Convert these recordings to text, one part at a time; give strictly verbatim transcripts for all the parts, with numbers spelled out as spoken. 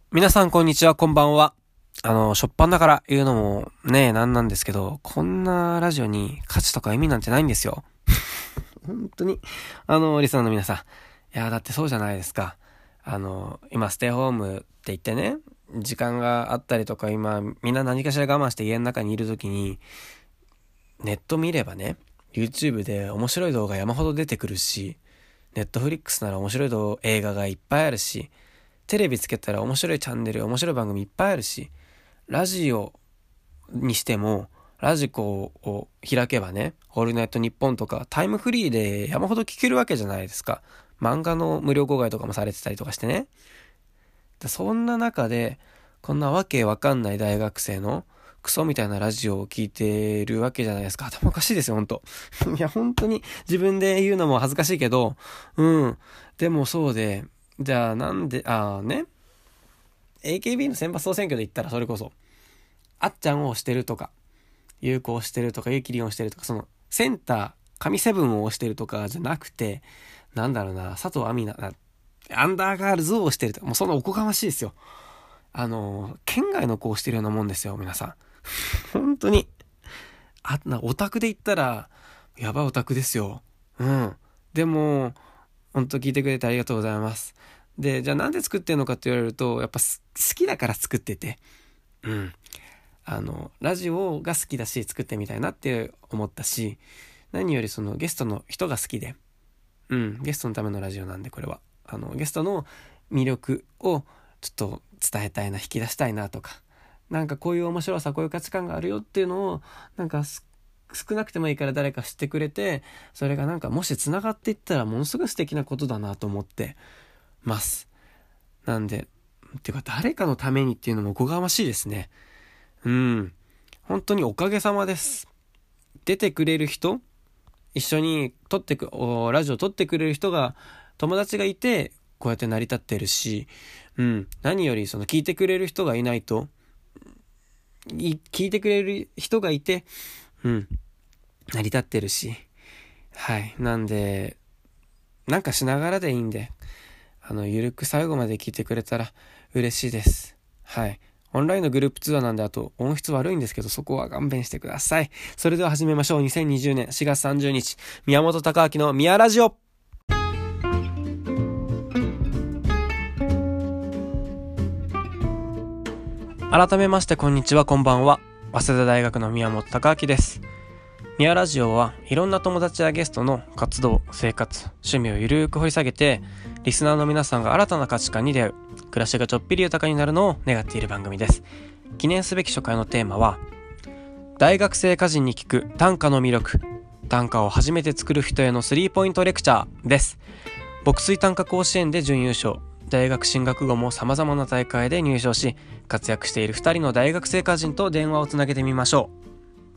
皆さんこんにちは、こんばんは。あの、しょっぱんだから言うのもね、なんなんですけど、こんなラジオに価値とか意味なんてないんですよ。本当に。あの、リスナーの皆さん。いや、だってそうじゃないですか。あの、今、ステイホームって言ってね、時間があったりとか、今、みんな何かしら我慢して家の中にいるときに、ネット見ればね、YouTube で面白い動画山ほど出てくるし、Netflix なら面白い動映画がいっぱいあるし、テレビつけたら面白いチャンネル、面白い番組いっぱいあるし、ラジオにしても、ラジコを開けばね、オールナイトニッポンとかタイムフリーで山ほど聞けるわけじゃないですか。漫画の無料公開とかもされてたりとかしてね。そんな中で、こんなわけわかんない大学生のクソみたいなラジオを聞いてるわけじゃないですか。頭おかしいですよ、ほんと。いや、本当に自分で言うのも恥ずかしいけど、うん。でもそうで、じゃあなんで、ああね、エーケービー の選抜総選挙で言ったらそれこそ、あっちゃんを押してるとか、ゆうこを押してるとか、ゆうきりんを押してるとか、その、センター、神セブンを押してるとかじゃなくて、なんだろうな、佐藤亜美な、アンダーガールズを押してるとか、もうそのおこがましいですよ。あの、県外の子をしてるようなもんですよ、皆さん。本当に。あ、な、オタクで言ったら、やばいオタクですよ。うん。でも、本当聞いてくれてありがとうございます。で、じゃあなんで作ってんのかって言われると、やっぱ好きだから作ってて。うん。あの、ラジオが好きだし、作ってみたいなって思ったし、何よりそのゲストの人が好きで、うん、ゲストのためのラジオなんで、これは。あの、ゲストの魅力をちょっと伝えたいな、引き出したいなとか、なんかこういう面白さ、こういう価値観があるよっていうのを、なんか少なくてもいいから誰か知ってくれて、それがなんかもし繋がっていったらものすごい素敵なことだなと思ってます。なんで、てか誰かのためにっていうのもおこがましいですね。うん。本当におかげさまです。出てくれる人、一緒に撮ってく、ラジオ撮ってくれる人が、友達がいて、こうやって成り立ってるし、うん。何よりその聞いてくれる人がいないと、聞いてくれる人がいて、うん。成り立ってるし。はい。なんで、なんかしながらでいいんで、あの、ゆるく最後まで聞いてくれたら嬉しいです。はい。オンラインのグループ通話なんで、あと音質悪いんですけど、そこは勘弁してください。それでは始めましょう。にせんにじゅうねんしがつさんじゅうにち、宮本隆明の宮ラジオ。改めましてこんにちは、こんばんは。早稲田大学の宮本隆明です。宮ラジオはいろんな友達やゲストの活動、生活、趣味をゆるーく掘り下げて、リスナーの皆さんが新たな価値観に出会う、暮らしがちょっぴり豊かになるのを願っている番組です。記念すべき初回のテーマは、大学生歌人に聞く短歌の魅力、短歌を初めて作る人へのスリーポイントレクチャーです。牧水短歌甲子園で準優勝、大学進学後も様々な大会で入賞し、活躍しているふたりの大学生歌人と電話をつなげてみましょう。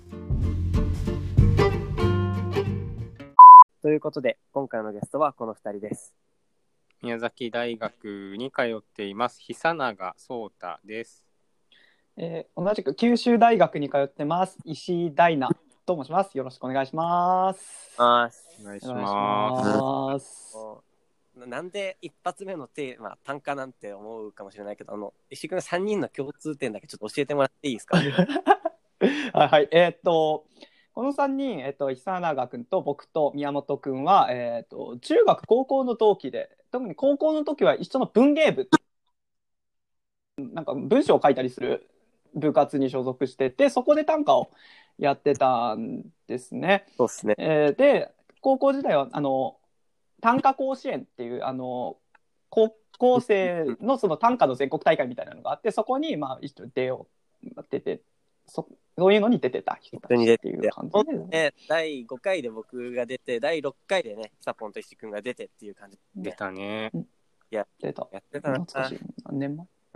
ということで、今回のゲストはこのふたりです。 宮崎大学に通っています久永壮太です。 えー、同じく九州大学に通ってます石井大奈と申します。よろしくお願いします。 お願いします。 なんで一発目のテーマ短歌なんて思うかもしれないけど、あの石井くんさんにんの共通点だけちょっと教えてもらっていいですか？ はい、えー、っとこのさんにん、えー、っと久永君と僕と宮本君は、えー、っと中学高校の同期で、特に高校の時は一緒の文芸部、なんか文章を書いたりする部活に所属してて、そこで短歌をやってたんですね。 そうですね。 えー、で高校時代はあの短歌甲子園っていうあの高校生のその短歌の全国大会みたいなのがあって、そこにまあ一緒に出よう出て、そそういうのに出てた人たちっていう感じで、 ね、だいごかいで僕が出て、だいろっかいでねサポンと石井くんが出てっていう感じで出たね。 やってた。 やってたな。 懐かしい。何年前？ うん。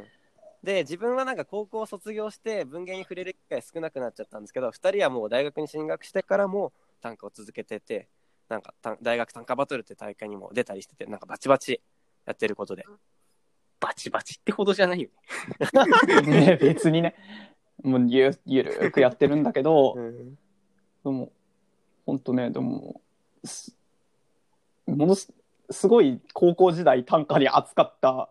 で、自分はなんか高校を卒業して文芸に触れる機会少なくなっちゃったんですけど、ふたりはもう大学に進学してからも短歌を続けてて、なんか大学短歌バトルって大会にも出たりしてて、なんかバチバチやってることで。 バチバチってほどじゃないよね。ね、別にね、もうゆゆるくやってるんだけど、うん、でも本当ね、でももの す, すごい高校時代短歌に熱かった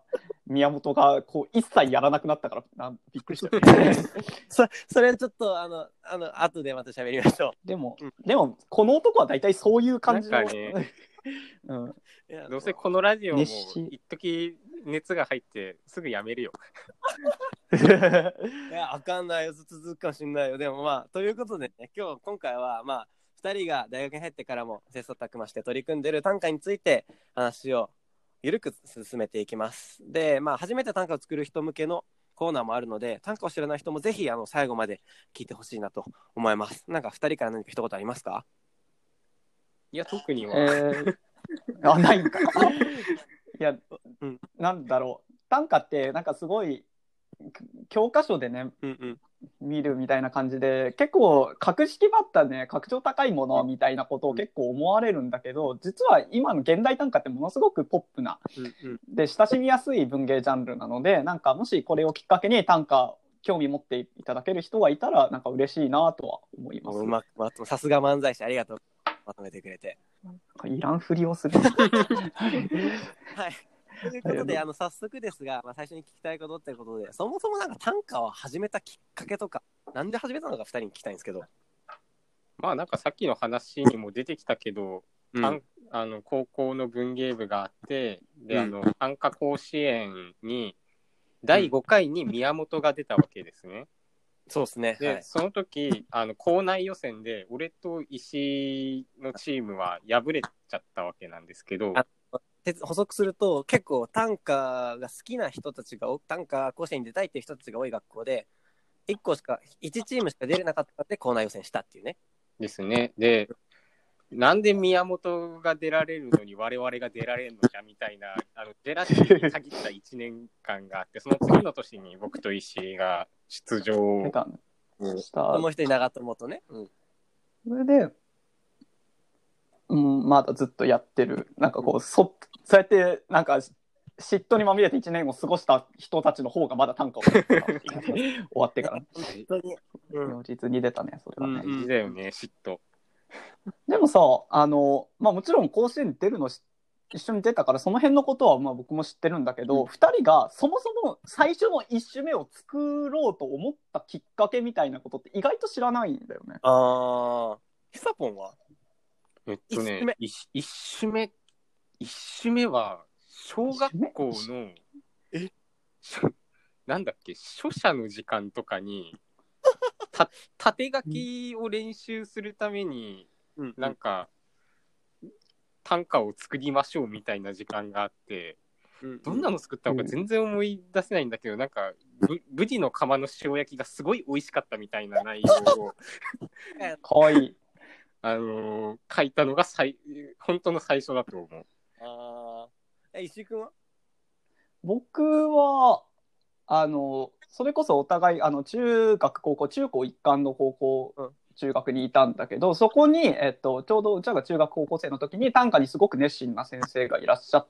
宮本がこう一切やらなくなったからなんびっくりしたよねそそれちょっとあのあの後でまた喋りましょでも、 うん、 でもこの男は大体そういう感じの、 なんかねうん、 いやどうせこのラジオも熱し一時熱が入ってすぐやめるよう。いや、わかんないよ、ずっと続くかもしれないよ。でもまあ、ということでね、今日、今回はまあ、ふたりが大学に入ってからも切磋琢磨して取り組んでる短歌について話をゆるく進めていきます。で、まあ、初めて短歌を作る人向けのコーナーもあるので、短歌を知らない人もぜひあの最後まで聞いてほしいなと思います。なんかふたりから何か一言ありますか？ いや特には、 えー、あないんかいや、 うん、 なんだろう短歌ってなんかすごい教科書でね、 うんうん、 見るみたいな感じで結構格式ばったね格調高いものみたいなことを結構思われるんだけど、実は今の現代短歌ってものすごくポップな、 うんうん、 で親しみやすい文芸ジャンルなので、なんかもしこれをきっかけに短歌興味持っていただける人がいたらなんか嬉しいなとは思います。 うまく、さすが漫才師、ありがとう、まとめてくれて。 いらんふりをするはい。ということで、あの早速ですが、まあ、最初に聞きたいことってことで、そもそもなんか短歌を始めたきっかけとか、なんで始めたのかふたりに聞きたいんですけど。 まあなんかさっきの話にも出てきたけど、 うん、 あの高校の文芸部があってで、 うん、 あの短歌甲子園にだいごかいに宮本が出たわけですね。 そうですね。 で、 はい、 その時あの校内予選で俺と石井のチームは敗れちゃったわけなんですけど、 補足すると結構短歌が好きな人たちが短歌甲子園に出たいっていう人たちが多い学校でいっこしかいちチームしか出れなかったので校内予選したっていうね。 ですね。でなんで宮本が出られるのに我々が出られるのじゃみたいなあのジェラシーに限ったいちねんかんがあって、その次の年に僕と石井が出場をしたもう一人長友とね、うん、 それで、うん、まだずっとやってるなんかこう、うん、そ, そうやってなんか嫉妬にまみれていちねんを過ごした人たちの方がまだ短歌を終わってから、ね、 本当に、 うん、如実に出たねそれはね。 大事だよね嫉妬。 でもさあの、まあ、もちろん甲子園に出るの一緒に出たからその辺のことはまあ僕も知ってるんだけど、うん、ふたりがそもそも最初のいち首目を作ろうと思ったきっかけみたいなことって意外と知らないんだよね。 ああ、ひさぽんはえっとねいち首目いち首目は小学校のえなんだっけ書写の時間とかにた縦書きを練習するために、うん、なんか短歌を作りましょうみたいな時間があって、うん、どんなの作ったのか全然思い出せないんだけど、うん、なんかブリの釜の塩焼きがすごい美味しかったみたいな内容をかわいいあのー、書いたのが最本当の最初だと思う。 あえ石井くんは？ 僕はあのそれこそお互いあの中学高校中高一貫の高校、うん、中学にいたんだけど、そこに、えっと、ちょうどうちらが中学高校生の時に短歌にすごく熱心な先生がいらっしゃって、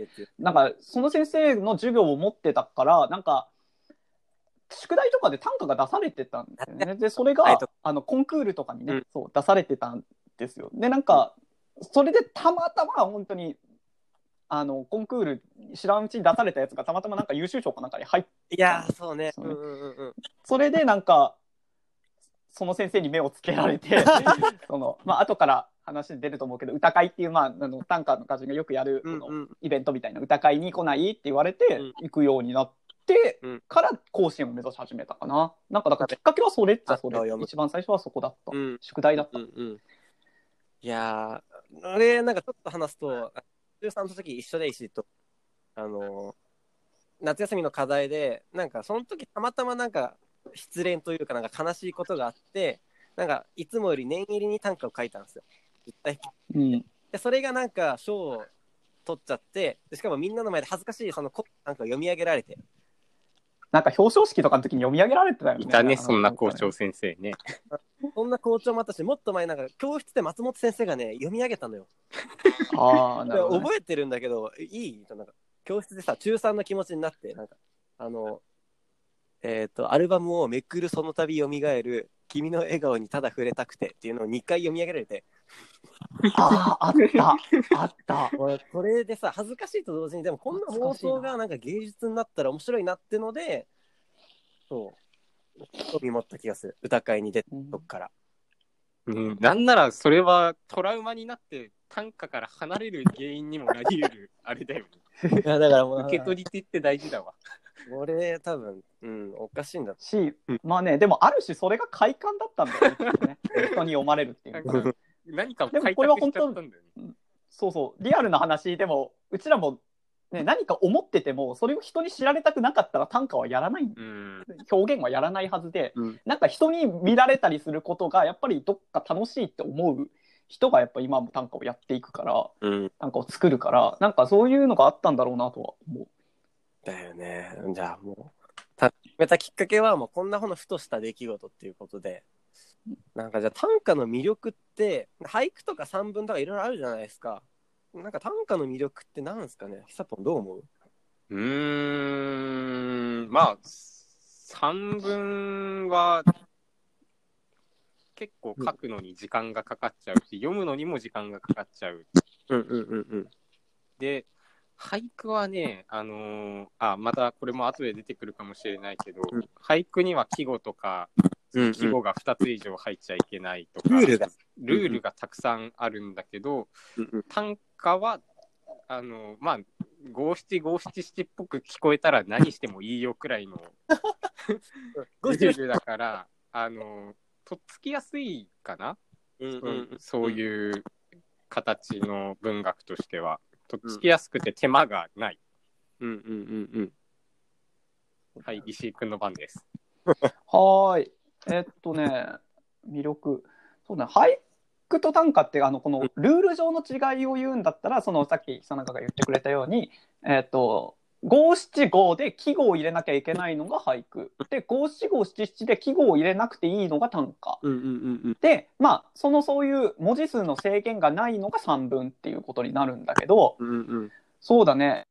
なんかその先生の授業を持ってたからなんか宿題とかで短歌が出されてたんですよね。でそれがあのコンクールとかにね、うん、そう出されてたんですよ。でなんかそれでたまたま本当にあのコンクール知らんうちに出されたやつがたまたまなんか優秀賞かなんかに入って、 いやそうね、 うんうんうん、それでなんかその先生に目をつけられてその、まあ後から話に出ると思うけど歌会っていう、まあ、あの短歌の歌人がよくやるこのイベントみたいな歌会に来ないって言われて行くようになってから甲子園を目指し始めたかな。なんかだからきっかけはそれっちゃそれ、一番最初はそこだった、うん、宿題だった、うんうん、 いやー俺なんかちょっと話すと中さんの時一緒で石井とあの夏休みの課題でなんかその時たまたまなんか失恋というかなんか悲しいことがあってなんかいつもより念入りに短歌を書いたんですよ絶対、うん、でそれがなんか賞を取っちゃってでしかもみんなの前で恥ずかしいそのなんか読み上げられてなんか表彰式とかの時に読み上げられてたよね。 いたねそんな校長先生ねそんな校長もあったしもっと前なんか教室で松本先生がね読み上げたのよあなるほど、ね、 覚えてるんだけどいいなんか教室でさ中さんの気持ちになってなんかあのえっ、ー、とアルバムをめくるその度よみがえる君の笑顔にただ触れたくてっていうのをにかい読み上げられて、 ああ、あった、あった。 俺これでさ、恥ずかしいと同時に、でもこんな妄想がなんか芸術になったら面白いなってので、そう興味持った気がする、歌会に出たとこから。 うん、なんならそれはトラウマになって短歌から離れる原因にもなり得るあれだよね。 いやだからもう受け取り手って大事だわ。 俺多分、うん、おかしいんだし、まあね、でもある種それが快感だったんだよね、きっとね人に読まれるっていうのは。 何かをでも開これは本拓しちゃったんだよね。 そうそう、リアルな話でも、うちらも、ね、何か思ってても、それを人に知られたくなかったら短歌はやらない、 うん、 表現はやらないはずで、 うん、 なんか人に見られたりすることが、やっぱりどっか楽しいって思う人が、やっぱ今も短歌をやっていくから、 うん、 短歌を作るから、なんかそういうのがあったんだろうなとは思う。 だよね。じゃあもう、始めたきっかけはもうこんなほのふとした出来事っていうことで、なんかじゃあ短歌の魅力って俳句とか散文とかいろいろあるじゃないですか。なんか短歌の魅力ってなんですかね。ひさぽんどう思う？ うーん、まあ散文は結構書くのに時間がかかっちゃうし、読むのにも時間がかかっちゃう。 うんうんうんうん。 で俳句はね、あのー、あまたこれも後で出てくるかもしれないけど、うん、俳句には季語とか季語がふたつ以上入っちゃいけないとか、 ルールがルールがたくさんあるんだけど、うんうん、短歌はあのまあ五七五七七っぽく聞こえたら何してもいいよくらいのルールだからあのとっつきやすいかな、うんうん、そういう形の文学としてはとっつきやすくて手間がない。 うんうんうんうん。 はい、石井くんの番です。 はい。えっとね、魅力。そうだね、俳句と短歌ってあのこのルール上の違いを言うんだったら、そのさっき久永が言ってくれたように、えっと五七五で季語を入れなきゃいけないのが俳句で、五七五七七で季語を入れなくていいのが短歌、 うんうんうんうん、 でまあそのそういう文字数の制限がないのが散文っていうことになるんだけど、 うんうん、 そうだね、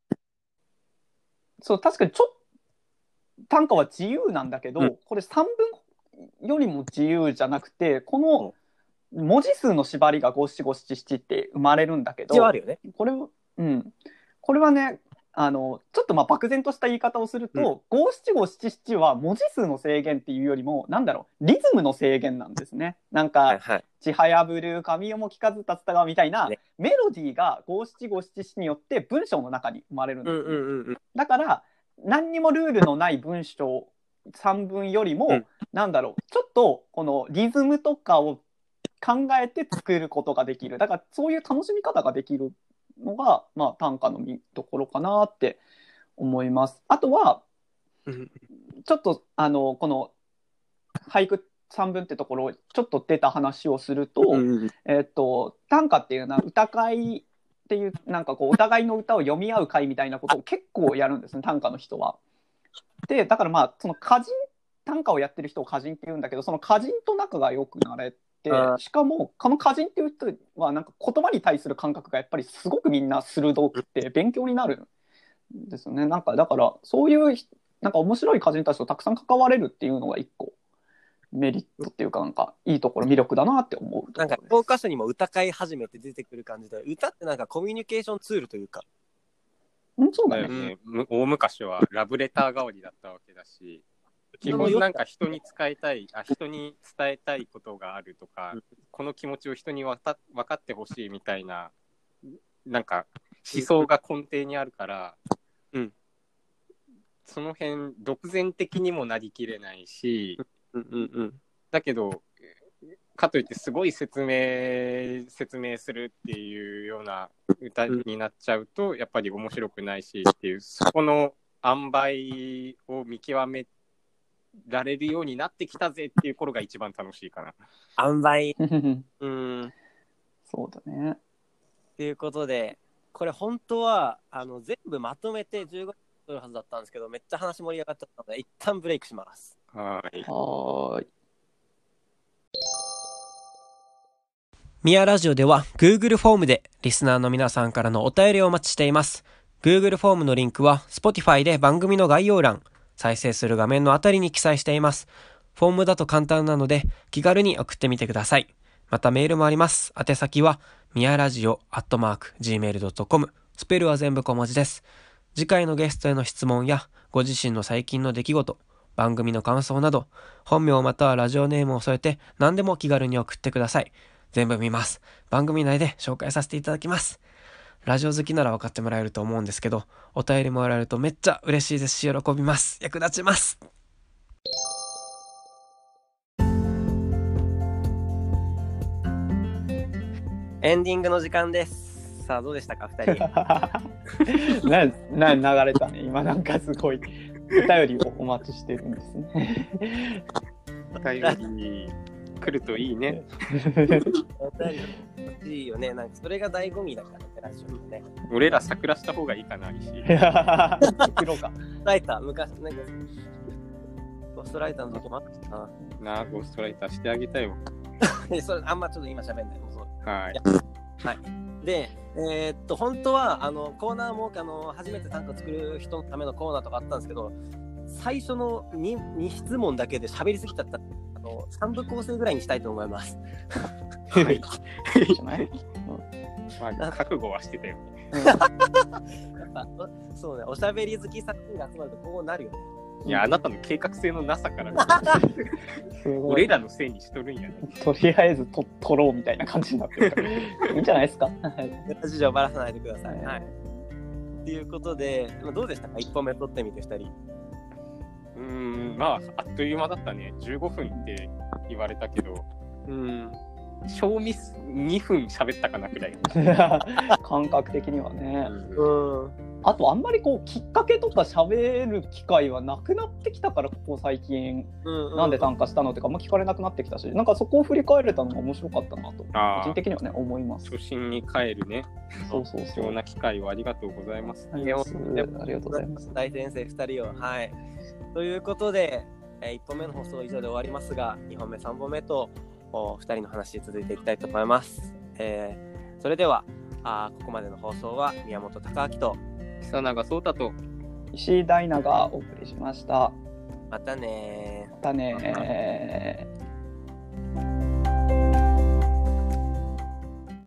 そう確かにちょっと短歌は自由なんだけど、うん、これ散文よりも自由じゃなくて、この文字数の縛りが五七五七七って生まれるんだけど、 あるよね、 これ、うん、これはね、あのちょっとまあ漠然とした言い方をすると、五七五七七は文字数の制限っていうよりも、なんだろう、リズムの制限なんですね。なんか、はいはい、ちはやぶる神代も聞かずたつたがみたいな、ね、メロディーが五七五七七によって文章の中に生まれるんですね、うんうんうんうん、だから何にもルールのない文章散文よりも、うん、なんだろう、ちょっとこのリズムとかを考えて作ることができる。だからそういう楽しみ方ができるのが、まあ、短歌の見どころかなって思います。あとはちょっとあのこの俳句散文ってところちょっと出た話をすると、えー、と短歌っていうのは歌会っていう、なんかこうお互いの歌を読み合う会みたいなことを結構やるんですね、短歌の人は。でだからまあその歌人、短歌をやってる人を歌人って言うんだけど、その歌人と仲が良くなれて、しかもこの歌人っていう人はなんか言葉に対する感覚がやっぱりすごくみんな鋭くて勉強になるんですよね。なんかだからそういうなんか面白い歌人たちとたくさん関われるっていうのが一個メリットっていうか、なんかいいところ、魅力だなって思う。 なんか教科書にも歌会始めて出てくる感じで、歌ってなんかコミュニケーションツールというか、 うん、そうだね、 うん、大昔はラブレター代わりだったわけだし、基本なんか人に伝えたい、あ人に伝えたいことがあるとか、うん、この気持ちを人にわた分かってほしいみたいな、なんか思想が根底にあるから、うん、その辺独善的にもなりきれないし、うんうんうん、だけどかといってすごい説明説明するっていうような歌になっちゃうと、やっぱり面白くないしっていう、そこの塩梅を見極められるようになってきたぜっていう頃が一番楽しいかな。 塩梅うん、 そうだね。 ということで、これ本当はあの全部まとめてじゅうごふん取るはずだったんですけど、めっちゃ話盛り上がっちゃったので一旦ブレイクします。 はい。 はい。 ミヤラジオでは Google フォームでリスナーの皆さんからのお便りをお待ちしています。Google フォームのリンクは Spotify で番組の概要欄、再生する画面のあたりに記載しています。 フォームだと簡単なので気軽に送ってみてください。またメールもあります。宛先はみやラジオアットマークジーメールドットコム、スペルは全部小文字です。次回のゲストへの質問やご自身の最近の出来事、番組の感想など、本名またはラジオネームを添えて何でも気軽に送ってください。全部見ます。番組内で紹介させていただきます。ラジオ好きなら分かってもらえると思うんですけど、お便りもらえるとめっちゃ嬉しいですし、喜びます。役立ちます。エンディングの時間です。さあどうでしたか二人。 なな流れたね。今なんかすごいお便りをお待ちしてるんですね。 お便り来るといいね。 お便り欲しいよね。なんかそれが醍醐味だからね、ラジオのね。 俺ら桜した方がいいかな、石井。 作ろうか。 ライター昔なんかゴーストライターの時もあったな。 なあ、ゴーストライターしてあげたよ。 それあんまちょっと今喋んない。もうそうはい。 はい。で、えー、っと本当はあのコーナーもあの初めて短歌作る人のためのコーナーとかあったんですけど、最初の 2, 2質問だけで喋りすぎちゃった。あのさん部構成ぐらいにしたいと思います。 はい。 いいじゃない？ まあ覚悟はしてたよ。 やっぱそうね、おしゃべり好き作品が集まるとこうなるよね。 いや、あなたの計画性のなさから俺らのせいにしとるんやね。 とりあえずと取ろうみたいな感じになってるからいいんじゃないですか。 事情ばらさないでください。はい。ということで、どうでしたか、いっぽんめ取ってみてふたり。 うーん、まああっという間だったね。じゅうごふんって言われたけど、 うん、 賞味にふん喋ったかなくらい。 感覚的にはね。 うん。 あとあんまりこうきっかけとか喋る機会はなくなってきたから、ここ最近、うんうん、なんで短歌したのってかあんま聞かれなくなってきたし、なんかそこを振り返れたのが面白かったなと個人的にはね思います。 初心に帰るね。 そうそうそう。 貴重な機会をありがとうございます。 ありがとうございます。 大先生ふたりを、はい。ということで、えー、いっぽんめの放送は以上で終わりますが、にほんめさんぼんめとふたりの話続いていきたいと思います。えー、それではあここまでの放送は宮本隆明と久永壮太と石井大奈がお送りしました。 またねまたね